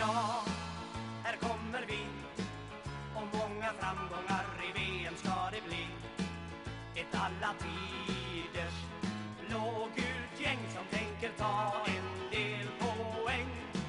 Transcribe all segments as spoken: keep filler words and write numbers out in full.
Ja, här kommer vi. Och många framgångar i V M ska det bli. Ett alla tiders blågult gäng som tänker ta en del poäng.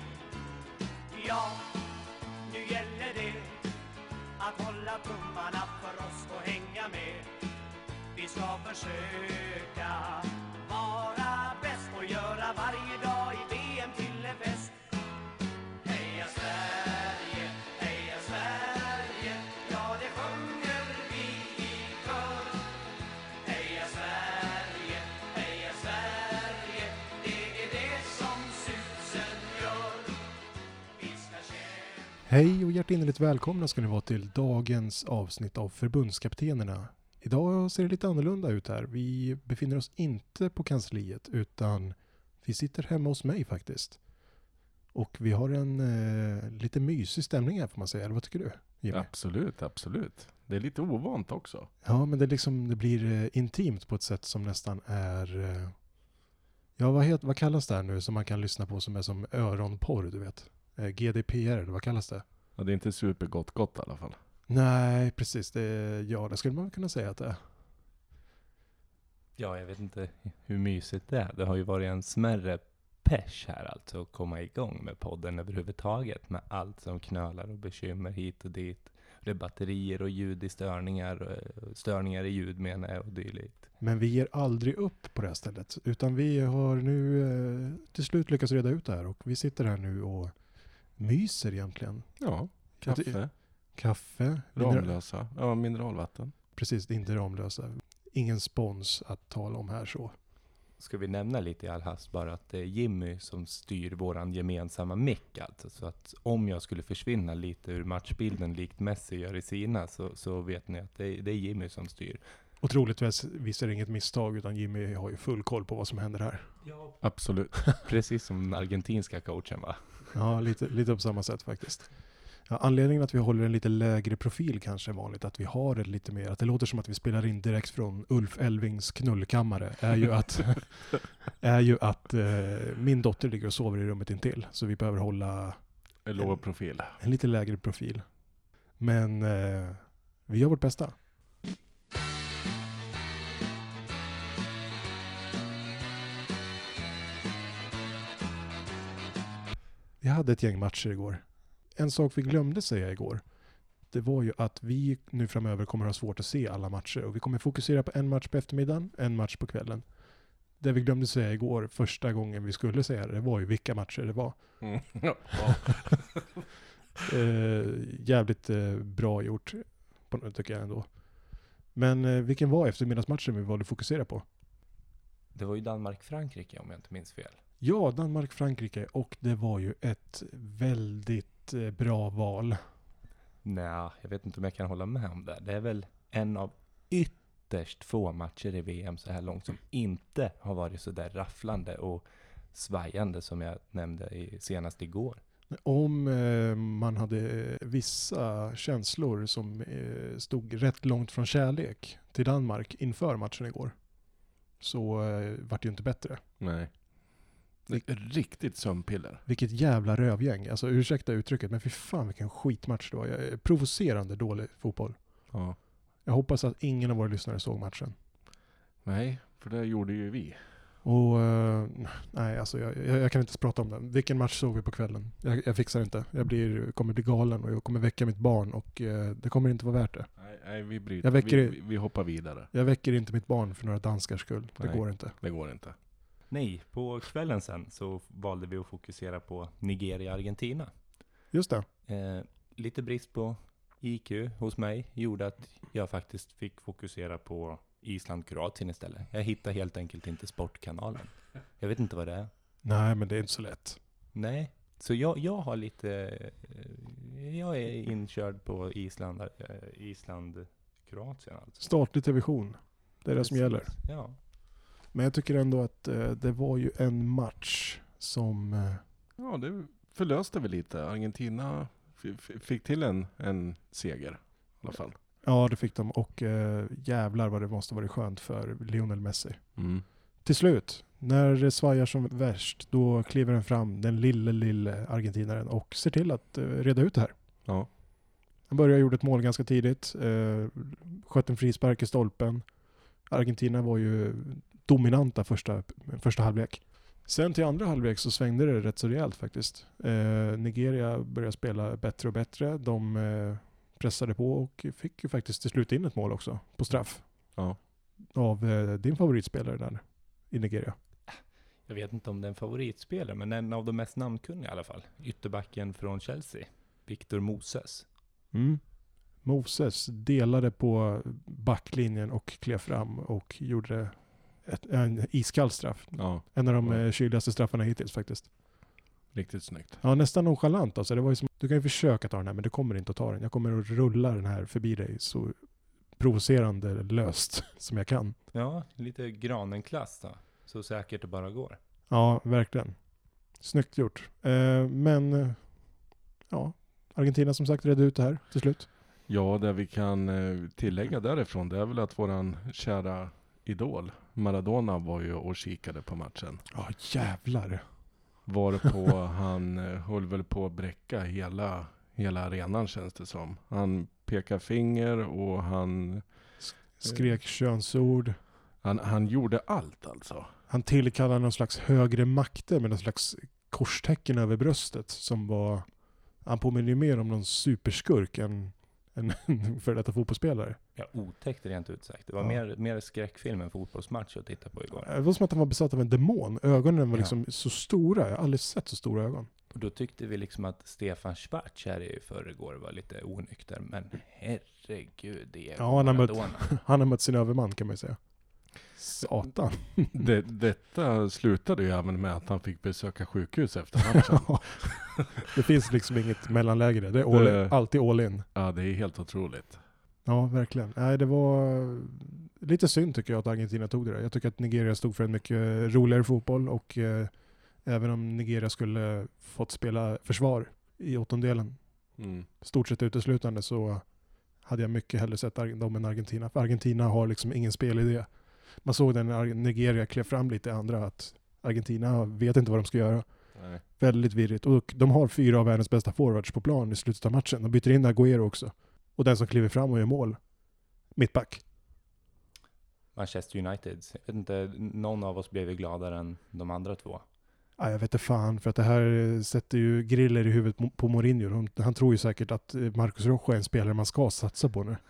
Ja, nu gäller det att hålla tummarna för oss och hänga med. Vi ska försöka vara bäst och göra varje dag i V M till en fest. Heja Sverige, heja Sverige, ja det sjunger vi i kör. Heja Sverige, heja Sverige, det är det som susen gör. Vi ska kämpa. Hej och hjärtinnerligt välkomna ska ni vara till dagens avsnitt av Förbundskaptenerna. Idag ser det lite annorlunda ut här. Vi befinner oss inte på kansliet utan vi sitter hemma hos mig faktiskt. Och vi har en eh, lite mysig stämning här får man säga. Eller vad tycker du, Jimmy? Absolut, absolut. Det är lite ovant också. Ja, men det, liksom, det blir eh, intimt på ett sätt som nästan är... Eh, ja, vad, het, vad kallas det här nu som man kan lyssna på som är som öronporr, du vet? Eh, G D P R, eller vad kallas det? Ja, det är inte supergott gott i alla fall. Nej, precis. Det, ja, det skulle man kunna säga att det är. Ja, jag vet inte hur mysigt det är. Det har ju varit en smärre pesh här alltså att komma igång med podden överhuvudtaget med allt som knölar och bekymmer hit och dit. Det är batterier och ljud i störningar, störningar i ljud menar jag och dylikt. Men vi ger aldrig upp på det här stället. Utan vi har nu eh, till slut lyckats reda ut det här. Och vi sitter här nu och myser egentligen. Ja, kaffe, Kaffe. Ramlösa, ja, mineralvatten. Precis, det är inte Ramlösa. Ingen spons att tala om här så. Ska vi nämna lite i all hast bara att det är Jimmy som styr våran gemensamma mick alltså. Så att om jag skulle försvinna lite ur matchbilden likt Messi gör i sina så, så vet ni att det är, det är Jimmy som styr. Otroligtvis visst är det inget misstag utan Jimmy har ju full koll på vad som händer här. Ja. Absolut. Precis som den argentinska coachen va? Ja, lite, lite på samma sätt faktiskt. Ja, anledningen att vi håller en lite lägre profil kanske är vanligt, att vi har det lite mer, att det låter som att vi spelar in direkt från Ulf Elvings knullkammare, är ju att, är ju att eh, min dotter ligger och sover i rummet intill, så vi behöver hålla En låg profil. en lite lägre profil. Men eh, vi gör vårt bästa. Vi hade ett gäng matcher igår. En sak vi glömde säga igår, det var ju att vi nu framöver kommer ha svårt att se alla matcher. Och vi kommer fokusera på en match på eftermiddagen, en match på kvällen. Det vi glömde säga igår, första gången vi skulle säga det, det var ju vilka matcher det var. Mm. Ja. eh, jävligt eh, bra gjort, på, tycker jag ändå. Men eh, vilken var eftermiddagsmatchen vi valde fokusera på? Det var ju Danmark-Frankrike om jag inte minns fel. Ja, Danmark-Frankrike, och det var ju ett väldigt eh, bra val. Nej, jag vet inte om jag kan hålla med om det. Det är väl en av ytterst få matcher i V M så här långt som inte har varit så där rafflande och svajande som jag nämnde i, senast igår. Om eh, man hade vissa känslor som eh, stod rätt långt från kärlek till Danmark inför matchen igår, så eh, var det ju inte bättre. Nej. Det är riktigt sömnpiller. Vilket jävla rövgäng. Alltså ursäkta uttrycket, men fy fan vilken skitmatch det var. Jag är provocerande dålig fotboll. Ja. Jag hoppas att ingen av våra lyssnare såg matchen. Nej, för det gjorde ju vi. Och uh, nej, alltså jag, jag, jag kan inte prata om den. Vilken match såg vi på kvällen? Jag, jag fixar inte. Jag blir, kommer bli galen och jag kommer väcka mitt barn och uh, det kommer inte vara värt det. Nej, nej vi bryter. Jag väcker, vi, vi, vi hoppar vidare. Jag väcker inte mitt barn för några danskars skull. Det Nej. går inte. Det går inte. Nej, på kvällen sen så valde vi att fokusera på Nigeria-Argentina. Just det. Eh, lite brist på I Q hos mig gjorde att jag faktiskt fick fokusera på Island-Kroatien istället. Jag hittade helt enkelt inte sportkanalen. Jag vet inte vad det är. Nej, men det är inte så lätt. Nej, så jag, jag har lite... eh, Jag är inkörd på Island, eh, Island-Kroatien alltså. Statlig television. Det är det som gäller. Ja. Men jag tycker ändå att eh, det var ju en match som... Eh, Ja, det förlöste väl lite. Argentina f- f- fick till en, en seger i alla fall. ja, det fick de. Och eh, jävlar vad det måste vara skönt för Lionel Messi. Mm. Till slut, När det svajar som värst, då kliver den fram, den lille, lille argentinaren, och ser till att uh, reda ut det här. Ja. Han började gjorde ett mål ganska tidigt, uh, sköt en frispark i stolpen. Argentina var ju dominanta första, första halvlek. Sen till andra halvlek så svängde det rätt så rejält faktiskt. Uh, Nigeria började spela bättre och bättre. De uh, pressade på och fick ju faktiskt till slut in ett mål också på straff. Ja. Av uh, din favoritspelare där i Nigeria. Jag vet inte om det är en favoritspelare, men en av de mest namnkunniga i alla fall. Ytterbacken från Chelsea, Victor Moses. Mm. Moses delade på backlinjen och klev fram och gjorde ett, en iskall straff. Ja. En av de Ja. ja. kyligaste straffarna hittills faktiskt. Riktigt snyggt. Ja, nästan nonchalant. Alltså. Det var ju som, du kan ju försöka ta den här, men du kommer inte att ta den. Jag kommer att rulla den här förbi dig så provocerande löst som jag kan. Ja, lite Granen-klass då. Så säkert det bara går. Ja, verkligen. Snyggt gjort. Eh, men eh, ja, Argentina som sagt redde ut det här till slut. Ja, det vi kan eh, tillägga därifrån, det är väl att våran kära idol Maradona var ju och kikade på matchen. Ja, jävlar. Varpå han eh, höll väl på att bräcka hela, hela arenan, känns det som. Han pekar finger och han... Skrek könsord. Han, han gjorde allt alltså. Han tillkallade någon slags högre makter med någon slags korstecken över bröstet som var... Han påminner ju mer om någon superskurk än en för detta fotbollsspelare. Ja, otäckt rent ut sagt. Det var Ja. mer, mer skräckfilm än fotbollsmatch att titta på igår. Det var som att han var besatt av en demon. Ögonen var Ja. liksom så stora. Jag har aldrig sett så stora ögon. Och då tyckte vi liksom att Stefan Schwarz här i förrgår var lite onykter. Men herregud, det är Ja, han har mött- Maradona. Han har mött sin överman kan man ju säga. Satan. Det, detta slutade ju även med att han fick besöka sjukhus efter matchen. Det finns liksom inget mellanläge. Det är all, Det- alltid all in. Ja, det är helt otroligt. Ja, verkligen. Nej, det var lite synd tycker jag att Argentina tog det där. Jag tycker att Nigeria stod för en mycket roligare fotboll och eh, även om Nigeria skulle fått spela försvar i åttondelen, Mm. stort sett uteslutande, så hade jag mycket hellre sett Ar- dem än Argentina. För Argentina har liksom ingen spelidé. Man såg den när Ar- Nigeria klev fram lite i andra att Argentina vet inte vad de ska göra. Nej. Väldigt virrigt. Och de har fyra av världens bästa forwards på plan i slutet av matchen. De byter in Agüero också. Och den som kliver fram och gör mål, mittback. Manchester United. Jag vet inte, någon av oss blev ju gladare än de andra två. Ja, jag vet inte fan, för att det här sätter ju griller i huvudet mo- på Mourinho. Han, han tror ju säkert att eh, Marcus Rojo är en spelare man ska satsa på nu.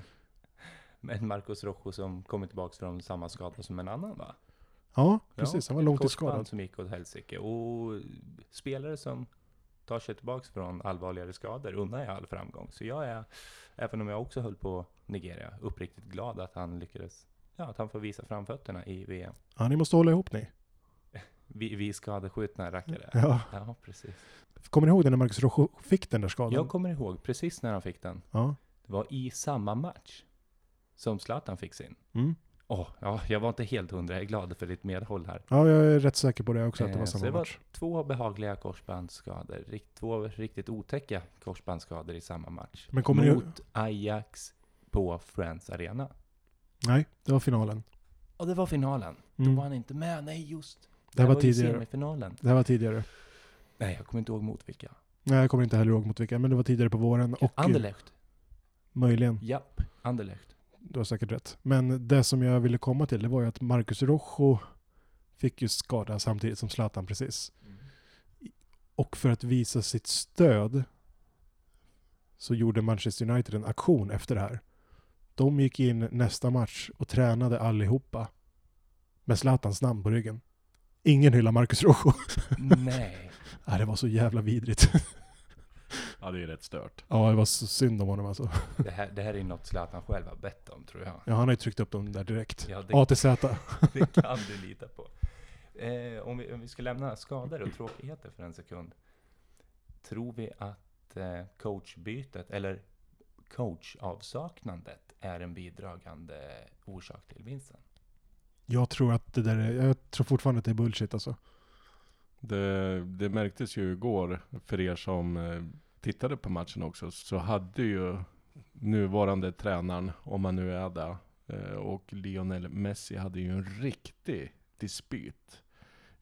Men Marcos Rojo som kommer tillbaka från samma skada som en annan, va? Ja, precis. Han var långtidsskadad. Korsband som gick åt helsike. Och spelare som tar sig tillbaka från allvarligare skador unnar jag all framgång. Så jag är, även om jag också höll på Nigeria, uppriktigt glad att han lyckades, ja, att han får visa framfötterna i V M. Ja, ni måste hålla ihop ni. Vi, vi skadeskjutna rackare. Ja. Ja, precis. Kommer ni ihåg det när Marcus Rojo fick den där skadan? Jag kommer ihåg precis när han fick den. Ja. Det var i samma match som Zlatan fick sin. Mm. Åh, ja, jag var inte helt hundra. Jag är glad för ditt medhåll här. Ja, jag är rätt säker på det också, att det var Eh, så samma det var match. två behagliga korsbandsskador. Rikt, två riktigt otäcka korsbandsskador i samma match. Men kommer ni- Mot Ajax på Friends Arena. Nej, det var finalen. Och det var finalen. Mm. Då var han inte med. Nej, just. Det här var ju tidigare. semifinalen. Det här var tidigare. Nej, jag kommer inte ihåg mot vilka. Nej, jag kommer inte heller ihåg mot vilka, men det var tidigare på våren. Och Anderlecht. möjligen, Japp, Anderlecht. du har säkert rätt. Men det som jag ville komma till, det var ju att Marcus Rojo fick ju skada samtidigt som Zlatan precis. Och för att visa sitt stöd så gjorde Manchester United en aktion efter det här. De gick in nästa match och tränade allihopa med Zlatans namn på ryggen. Ingen hyllar Marcus Rojo. Nej. Nej, det var så jävla vidrigt. Ja, det är rätt stört. Ja, det var så synd om honom alltså. Det här, det här är något Zlatan själv har bett om, tror jag. Ja, han har ju tryckt upp dem där direkt. Ja, det, A till Z. det kan du lita på. Eh, om, vi, om vi ska lämna skador och tråkigheter för en sekund. Tror vi att eh, coachbytet, eller coachavsaknandet, är en bidragande orsak till vinsten? Jag tror att det där är, jag tror fortfarande att det är bullshit alltså. Det, det märktes ju igår, för er som eh, tittade på matchen också, så hade ju nuvarande tränaren, om man nu är där, eh, och Lionel Messi hade ju en riktig dispyt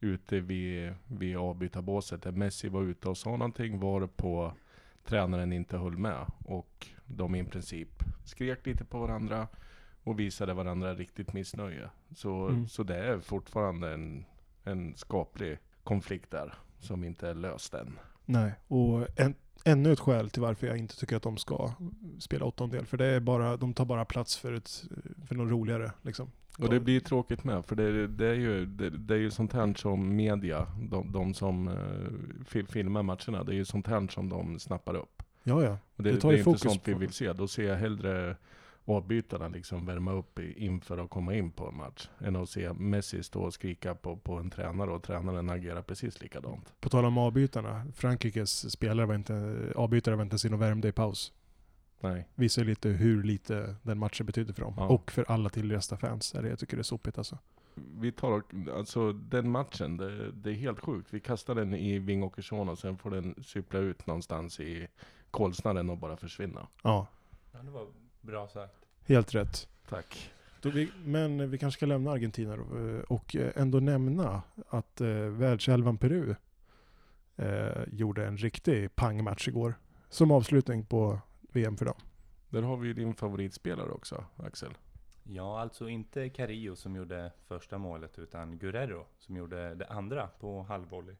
ute vid, vid avbytarbåset där Messi var ute och sa någonting, var på tränaren inte höll med och de i princip skrek lite på varandra och visade varandra riktigt missnöje. Så, Mm. så det är fortfarande en, en skaplig konflikt där som inte är löst än. Nej, och en, ännu ett skäl till varför jag inte tycker att de ska spela åttondel. För det är bara, de tar bara plats för, ett, för något roligare. Liksom. Och det blir tråkigt med, för det, det, är, ju, det, det är ju sånt här som media, de, de som uh, filmar matcherna, det är ju sånt här som de snappar upp. Ja, ja. Och det, Det tar det ju är inte fokus sånt vi på- vill se. Då ser jag hellre avbytarna liksom värma upp i- inför att komma in på en match, än att se Messi stå och skrika på, på en tränare och tränaren agerar precis likadant. På tal om avbytarna, Frankrikes spelare var inte, avbytare var inte sin och värmde i paus. Nej. Visar lite hur lite den matchen betyder för dem. Ja. Och för alla tillresta fans. Är det, jag tycker det är sopigt alltså. Vi tar, alltså den matchen, det, det är helt sjukt. Vi kastar den i Vingåkersån och sen får den cykla ut någonstans i Kolsnaden och bara försvinna. Ja, Ja, det var bra sagt. helt rätt. Tack. Då vi, men vi kanske ska lämna Argentina då, eh, och eh, ändå nämna att eh, världselvan Peru eh, gjorde en riktig pangmatch igår. Som avslutning på V M för dem. Där har vi ju din favoritspelare också, Axel. Ja, alltså inte Carrillo som gjorde första målet, utan Guerrero som gjorde det andra på halvvolley.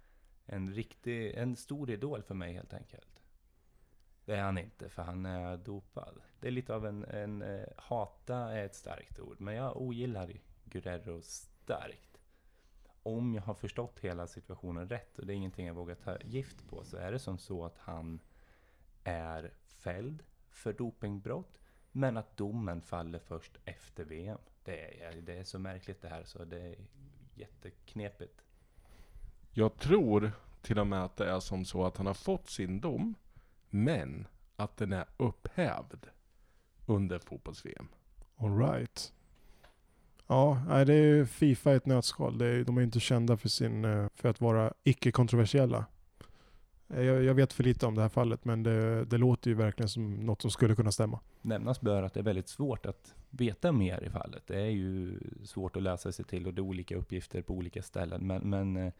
En riktig, en stor idol för mig helt enkelt. Det är han inte, för han är dopad. Det är lite av en, en eh, hata är ett starkt ord, men jag ogillar Guerrero starkt. Om jag har förstått hela situationen rätt, och det är ingenting jag vågar ta gift på, så är det som så att han är fälld för dopingbrott, men att domen faller först efter V M. Det är, det är så märkligt det här, så det är jätteknepigt. Jag tror till och med att det är som så att han har fått sin dom, men att den är upphävd under fotbolls-V M. All right. Ja, nej, det är ju FIFA i ett nötskal. Det är, de är ju inte kända för, sin, eh, för att vara icke-kontroversiella. Eh, Jag, jag vet för lite om det här fallet, men det, det låter ju verkligen som något som skulle kunna stämma. Nämnas bör att det är väldigt svårt att veta mer i fallet. Det är ju svårt att läsa sig till och det är olika uppgifter på olika ställen. Men, men eh,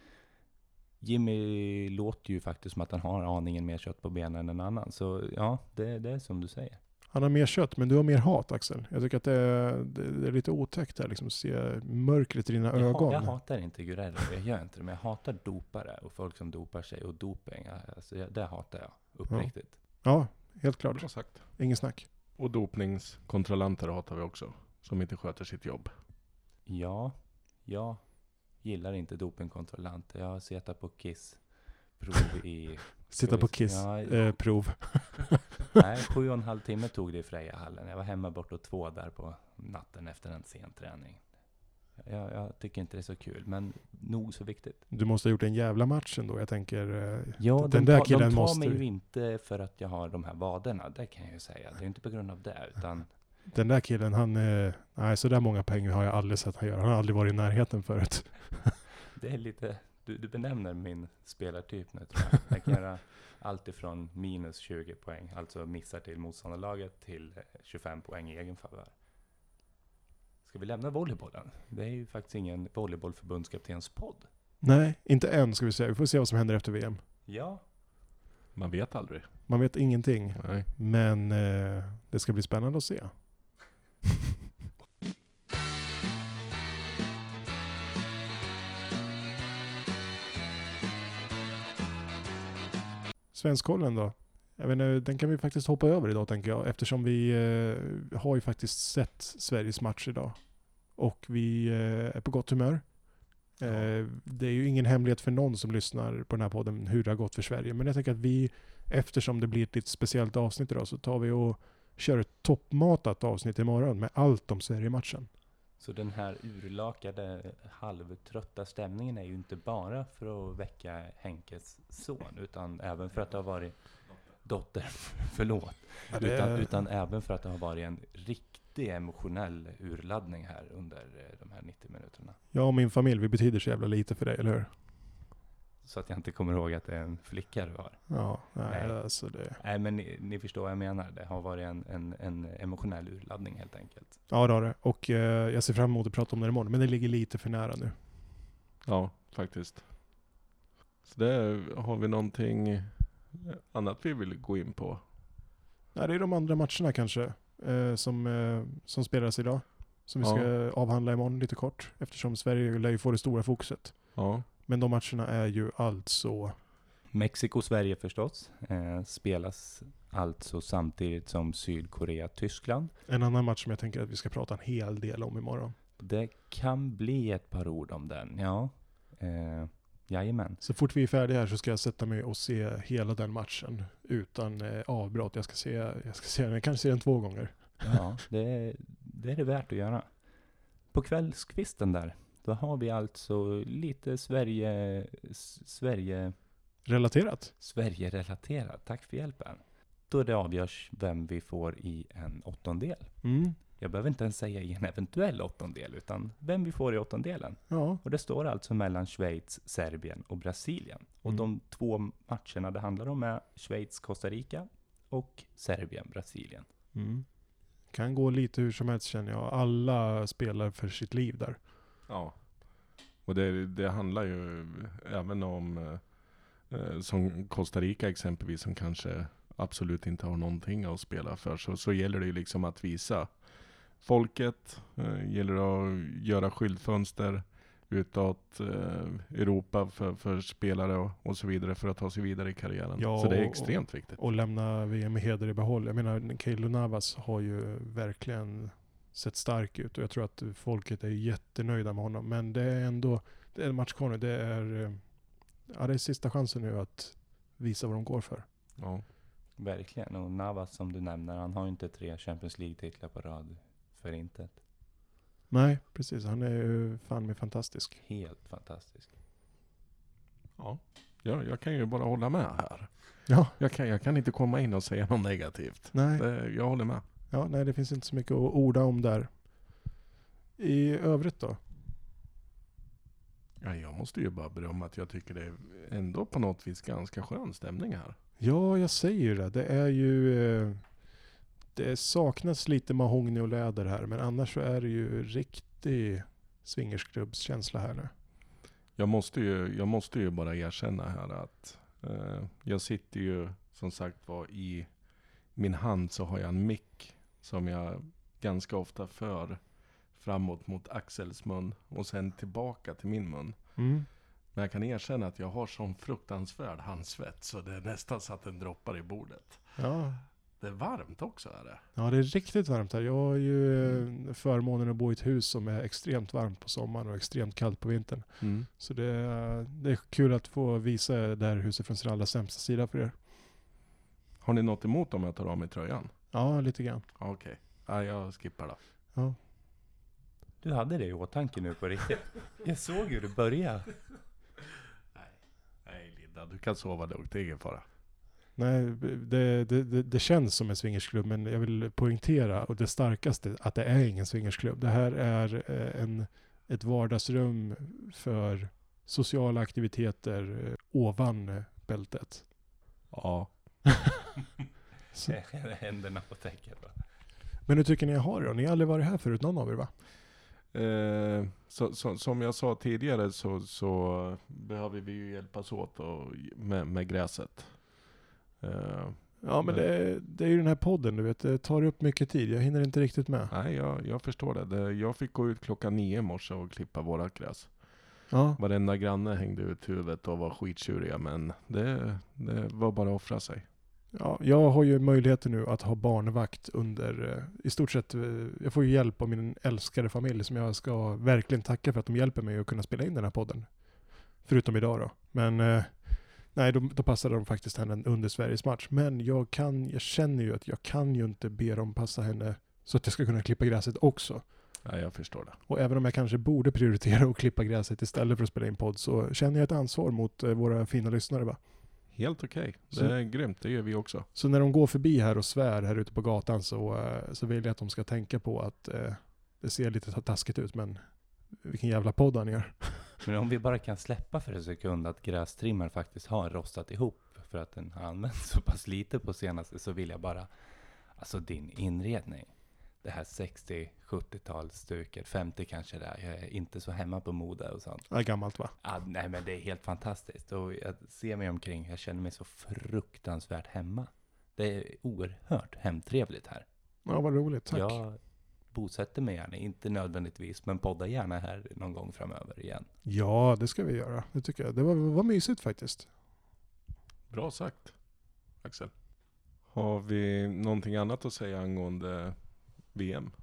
Jimmy låter ju faktiskt som att han har aningen mer kött på benen än en annan. Så ja, det, det är som du säger. Han har mer kött, men du har mer hat, Axel. Jag tycker att det är, det, det är lite otäckt här, liksom, att se mörkret i dina Jag, ögon. ha, jag hatar inte Guerrero, jag gör inte det. Men jag hatar dopare och folk som dopar sig och doping. Alltså, jag, det hatar jag uppriktigt. Ja, helt klart. Bra sagt. Ingen snack. Och dopningskontrollanter hatar vi också, som inte sköter sitt jobb. Ja, jag gillar inte dopingkontrollanter. Jag har sett på Kiss prov i... Sitta på Kiss. Ja, Eh, prov. Nej, sju och en halv timme tog det i Freja-hallen. Jag var hemma bortåt två där på natten efter en sen träning. Jag, jag tycker inte det är så kul, men nog så viktigt. Du måste ha gjort en jävla match ändå. Jag tänker... Eh, Ja, den de, där ta, killen de tar måste mig vi- ju inte för att jag har de här vaderna. Det kan jag ju säga. Det är inte på grund av det, utan Den där killen, han... Eh, nej, så där många pengar har jag aldrig sett han göra. Han har aldrig varit i närheten förut. det är lite... Du, du benämner min spelartyp nu, tror jag. Jag kan göra allt ifrån minus tjugo poäng, alltså missar till motståndarlaget, till eh, tjugofem poäng i egen favör. Ska vi lämna volleybollen? Det är ju faktiskt ingen volleybollförbundskaptens podd. Nej, inte än ska vi se. Vi får se vad som händer efter V M. Ja, Man vet aldrig. Man vet ingenting. Nej. Men eh, det ska bli spännande att se. Svenskkollen då? Jag vet inte, den kan vi faktiskt hoppa över idag, tänker jag. Eftersom vi eh, har ju faktiskt sett Sveriges match idag. Och vi eh, är på gott humör. Eh, det är ju ingen hemlighet för någon som lyssnar på den här podden hur det har gått för Sverige. Men jag tänker att vi, eftersom det blir ett lite speciellt avsnitt idag, så tar vi och kör ett toppmatat avsnitt imorgon med allt om Sverige-matchen. så den här urlakade, halvtrötta stämningen är ju inte bara för att väcka Henkes son, utan även för att det har varit dotter, förlåt, Ja, det utan, är- utan även för att det har varit en riktig emotionell urladdning här under eh, de här nittio minuterna. Jag och min familj, vi betyder så jävla lite för dig, eller hur? Så att jag inte kommer ihåg att det är en flicka du har. Ja, nej, Nej. alltså det... Nej, men ni, ni förstår vad jag menar. Det har varit en, en, en emotionell urladdning helt enkelt. Ja, det har det. Och eh, jag ser fram emot att prata om det imorgon, men det ligger lite för nära nu. Ja, faktiskt. Så där har vi någonting annat vi vill gå in på. Ja, det är de andra matcherna kanske eh, som, eh, som spelas idag. Som vi Ja. ska avhandla imorgon lite kort. Eftersom Sverige lär ju få det stora fokuset. Ja, Men de matcherna är ju alltså... Mexiko-Sverige förstås. Eh, spelas alltså samtidigt som Sydkorea-Tyskland. En annan match som jag tänker att vi ska prata en hel del om imorgon. Det kan bli ett par ord om den, ja. Eh, jajamän. Så fort vi är färdiga här så ska jag sätta mig och se hela den matchen utan eh, avbrott. Jag ska se, jag ska se den, jag kanske ser den två gånger. Ja, det, det är det värt att göra. På kvällskvisten där, då har vi alltså lite Sverige, s- Sverige, Relaterat? Sverige-relaterat. Tack för hjälpen. Då det avgörs vem vi får i en åttondel. Mm. Jag behöver inte ens säga i en eventuell åttondel, utan vem vi får i åttondelen. Ja. Och det står alltså mellan Schweiz, Serbien och Brasilien. Och Mm. de två matcherna det handlar om är Schweiz, Costa Rica och Serbien, Brasilien. Mm. Kan gå lite hur som helst känner jag. Alla spelar för sitt liv där. ja. Och det, det handlar ju även om eh, som Costa Rica exempelvis, som kanske absolut inte har någonting att spela för, så, så gäller det ju liksom att visa folket, eh, gäller att göra skyltfönster utåt eh, Europa för, för spelare och, och så vidare för att ta sig vidare i karriären. Ja, så det är och- extremt viktigt. Och lämna V M med heder i behåll. Jag menar, Keylor Navas har ju verkligen sett stark ut. Och jag tror att folket är jättenöjda med honom. Men det är ändå, det är en match kvar nu. Det är, eh, ja, det är sista chansen nu att visa vad de går för. Ja. Verkligen. Och Navas som du nämner, han har ju inte tre Champions League-titlar på rad för intet. Nej, precis. Han är ju fan med fantastisk. Helt fantastisk. Ja. Ja, jag kan ju bara hålla med här. Ja, Jag kan, jag kan inte komma in och säga något negativt. nej. Det, jag håller med. Ja, nej, det finns inte så mycket att orda om där. I övrigt då? Ja, jag måste ju bara berömma att jag tycker det är ändå på något vis ganska skön stämning här. Ja, jag säger ju det. Det är ju... eh, Det saknas lite mahogny och läder här. Men annars så är det ju riktig swingersklubbskänsla här nu. Jag måste ju, jag måste ju bara erkänna här att eh, jag sitter ju som sagt var i min hand, så har jag en mick som jag ganska ofta för framåt mot Axels mun och sen tillbaka till min mun. Mm. Men jag kan erkänna att jag har sån fruktansvärd handsvett så det är nästan så att den droppar i bordet. Ja. Det är varmt också är det. ja, det är riktigt varmt här. Jag har ju eh, förmånen att bo i ett hus som är extremt varmt på sommaren och extremt kallt på vintern. Mm. Så det är, det är kul att få visa det här huset från sin allra sämsta sida för er. Har ni något emot om jag tar av mig tröjan? Ja, lite grann. Ja, Okej, ja, jag skippar då. Ja. Du hade det i åtanke nu på riktigt. Jag såg hur du började. Nej Linda, du kan sova lugnt, det är ingen fara. Nej, det, det, det, det känns som en swingersklubb, men jag vill poängtera, och det starkaste, att det är ingen swingersklubb. Det här är eh, en, ett vardagsrum för sociala aktiviteter eh, ovan eh, bältet. Ja. Så. Händerna på täcket va? Men hur tycker ni jag har det då? Ni har aldrig varit här förut, någon av er va? Eh, så, så, som jag sa tidigare så, så behöver vi ju hjälpas åt och, med, med gräset. Eh, Ja, men det, det är ju den här podden, du vet. Det tar upp mycket tid. Jag hinner inte riktigt med. nej, jag, jag förstår det. det. Jag fick gå ut klockan nio i morse och klippa våra gräs. Ja, Varenda granne hängde ut huvudet och var skittjuriga, men det, det var bara att offra sig. ja, jag har ju möjligheten nu att ha barnvakt under, eh, i stort sett, eh, jag får ju hjälp av min älskade familj som jag ska verkligen tacka för att de hjälper mig att kunna spela in den här podden. Förutom idag då. Men eh, nej, då, då passade de faktiskt henne under Sveriges match. Men jag kan, jag känner ju att jag kan ju inte be dem passa henne så att jag ska kunna klippa gräset också. Ja, jag förstår det. Och även om jag kanske borde prioritera att klippa gräset istället för att spela in podd, så känner jag ett ansvar mot eh, våra fina lyssnare va. Helt okej. Så- Det är grymt, det gör vi också. Så när de går förbi här och svär här ute på gatan så, eh, så vill jag att de ska tänka på att eh, det ser lite taskigt ut, men vilken jävla podd han gör. Men om vi bara kan släppa för en sekund att grästrimmar faktiskt har rostat ihop för att den har använts så pass lite på senaste, så vill jag bara, alltså din inredning. det här sextio-sjuttiotalsstuket, femtio kanske där. Jag är inte så hemma på mode och sånt. Det är gammalt va? Ah, nej, men det är helt fantastiskt. Och jag ser mig omkring, jag känner mig så fruktansvärt hemma. Det är oerhört hemtrevligt här. Ja, vad roligt. Tack. Jag bosätter mig gärna, inte nödvändigtvis, men poddar gärna här någon gång framöver igen. Ja, det ska vi göra. Det tycker jag. Det var, var mysigt faktiskt. Bra sagt, Axel. Har vi någonting annat att säga angående V M?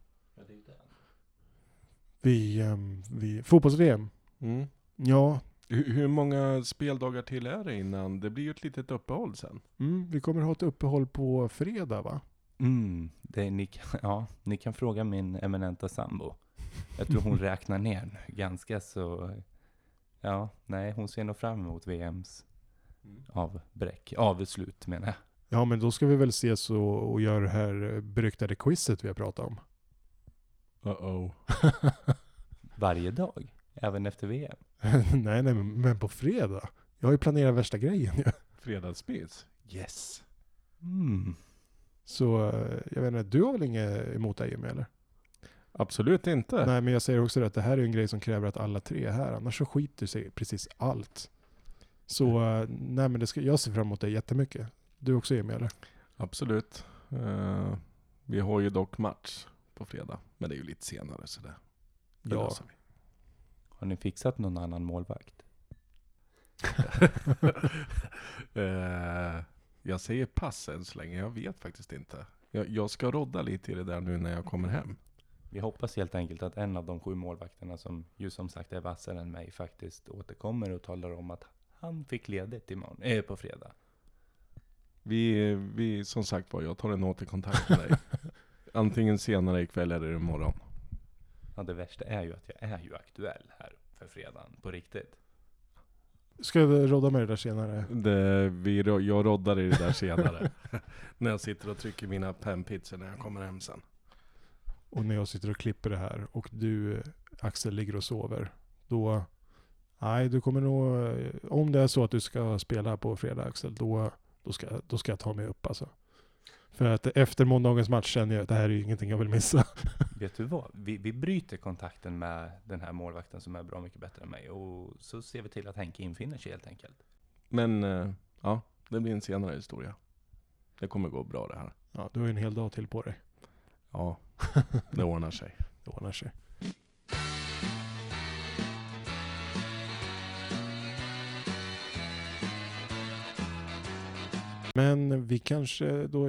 Vi, um, vi, fotbolls-V M. Mm. Ja, Hur, hur många speldagar till är det innan? Det blir ju ett litet uppehåll sen. mm, vi kommer ha ett uppehåll på fredag va? Mm, det, ni, kan, ja, ni kan fråga min eminenta sambo. Jag tror hon räknar ner nu ganska så... Ja, nej, hon ser nog fram emot V M:s avbräck. Avslut menar jag. Ja, men då ska vi väl ses och, och göra det här beryktade quizet vi har pratat om. Uh-oh. Varje dag, även efter V M. nej, nej, men, men på fredag. Jag har ju planerat värsta grejen ju. Fredagsspis. Yes. Mm. Så eh, jag vet inte, du har väl inget emot det Jimmy eller? Absolut inte. Nej, men jag säger också att det här är en grej som kräver att alla tre är här. Annars så skiter sig precis allt. Så eh, nej, men det ska, jag ser fram emot det jättemycket. Du också Jimmy eller? Absolut. Uh, vi har ju dock match på fredag. Men det är ju lite senare så det, det Ja. löser vi. Har ni fixat någon annan målvakt? uh, jag säger pass än så länge. Jag vet faktiskt inte. Jag, jag ska rodda lite i det där nu när jag kommer hem. Vi hoppas helt enkelt att en av de sju målvakterna som ju som sagt är vassare än mig faktiskt återkommer och talar om att han fick ledigt imorgon, äh, på fredag. Vi, vi som sagt var, jag tar en återkontakt med dig. Antingen senare ikväll eller imorgon. Ja, det värsta är ju att jag är ju aktuell här för fredagen, på riktigt. Ska jag rodda med det där senare? Det, vi, jag roddar i det där senare. När jag sitter och trycker mina pennpizzor när jag kommer hem sen. Och när jag sitter och klipper det här och du Axel ligger och sover. Då, nej du kommer nog, om det är så att du ska spela på fredag Axel, då, då, ska, då ska jag ta mig upp alltså. För att efter måndagens match känner jag att det här är ju ingenting jag vill missa. Vet du vad? Vi, vi bryter kontakten med den här målvakten som är bra mycket bättre än mig. Och så ser vi till att Henke infinner sig helt enkelt. Men eh, ja, det blir en senare historia. Det kommer gå bra det här. Ja, du har ju en hel dag till på dig. Ja, det ordnar sig. Det ordnar sig. Men vi kanske då